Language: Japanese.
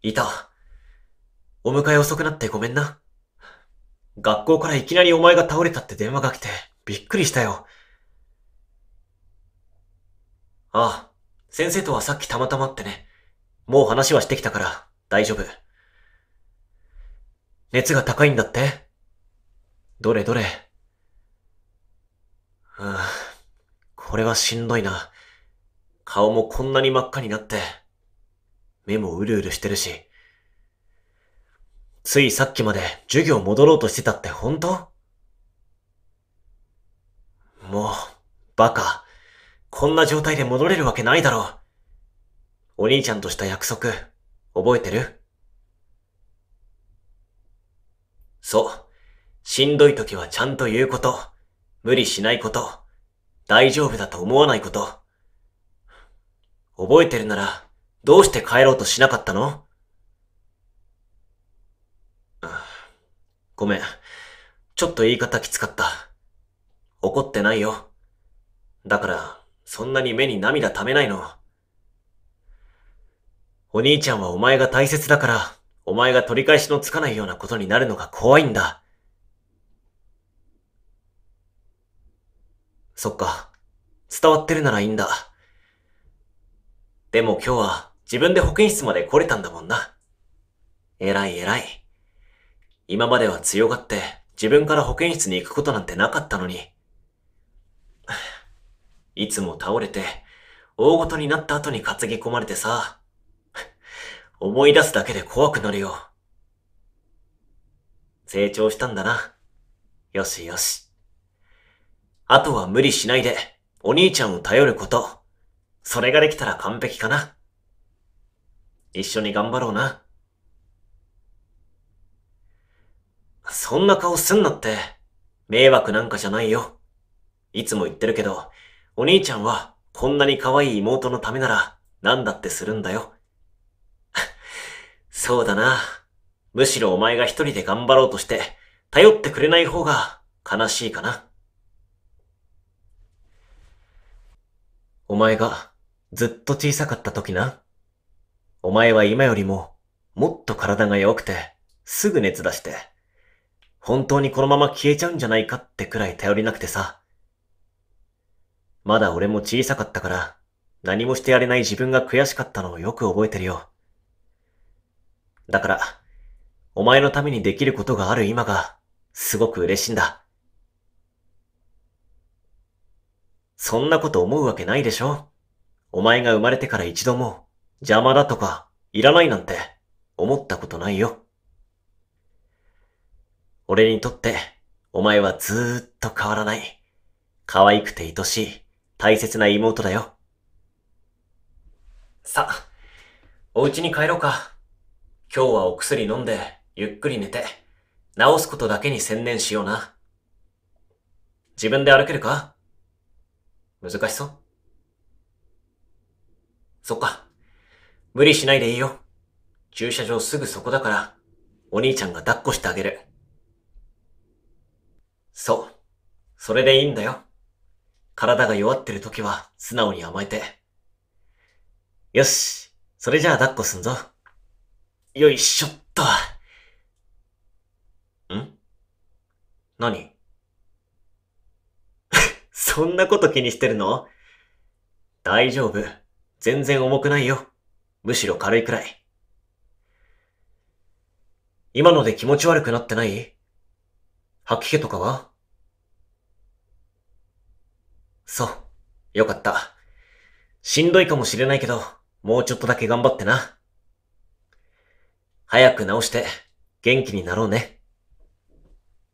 いた。お迎え遅くなってごめんな。学校からいきなりお前が倒れたって電話が来て、びっくりしたよ。ああ、先生とはさっきたまたまってね。もう話はしてきたから、大丈夫。熱が高いんだって？どれどれ。これはしんどいな。顔もこんなに真っ赤になって、目もうるうるしてるし。ついさっきまで授業戻ろうとしてたって本当？もう、バカ。こんな状態で戻れるわけないだろう。お兄ちゃんとした約束、覚えてる？そう。しんどい時はちゃんと言うこと。無理しないこと。大丈夫だと思わないこと。覚えてるなら、どうして帰ろうとしなかったの？ごめん。ちょっと言い方きつかった。怒ってないよ。だから、そんなに目に涙溜めないの。お兄ちゃんはお前が大切だから、お前が取り返しのつかないようなことになるのが怖いんだ。そっか。伝わってるならいいんだ。でも今日は自分で保健室まで来れたんだもんな。偉い偉い。今までは強がって自分から保健室に行くことなんてなかったのに。いつも倒れて大ごとになった後に担ぎ込まれてさ。思い出すだけで怖くなるよ。成長したんだな。よしよし。あとは無理しないでお兄ちゃんを頼ること。それができたら完璧かな。一緒に頑張ろうな。そんな顔すんなって。迷惑なんかじゃないよ。いつも言ってるけど、お兄ちゃんはこんなに可愛い妹のためなら何だってするんだよ。そうだな。むしろお前が一人で頑張ろうとして頼ってくれない方が悲しいかな。お前がずっと小さかった時な。お前は今よりももっと体が弱くてすぐ熱出して、本当にこのまま消えちゃうんじゃないかってくらい頼りなくてさ。まだ俺も小さかったから、何もしてやれない自分が悔しかったのをよく覚えてるよ。だから、お前のためにできることがある今が、すごく嬉しいんだ。そんなこと思うわけないでしょ？お前が生まれてから一度も、邪魔だとか、いらないなんて、思ったことないよ。俺にとって、お前はずーっと変わらない。可愛くて愛しい、大切な妹だよ。さ、お家に帰ろうか。今日はお薬飲んで、ゆっくり寝て、治すことだけに専念しような。自分で歩けるか？難しそう？そっか。無理しないでいいよ。駐車場すぐそこだから、お兄ちゃんが抱っこしてあげる。そう。それでいいんだよ。体が弱ってる時は素直に甘えて。よし。それじゃあ抱っこすんぞ。よいしょっと。ん？何？そんなこと気にしてるの？大丈夫。全然重くないよ。むしろ軽いくらい。今ので気持ち悪くなってない？吐き気とかは？そう。よかった。しんどいかもしれないけど、もうちょっとだけ頑張ってな。早く治して、元気になろうね。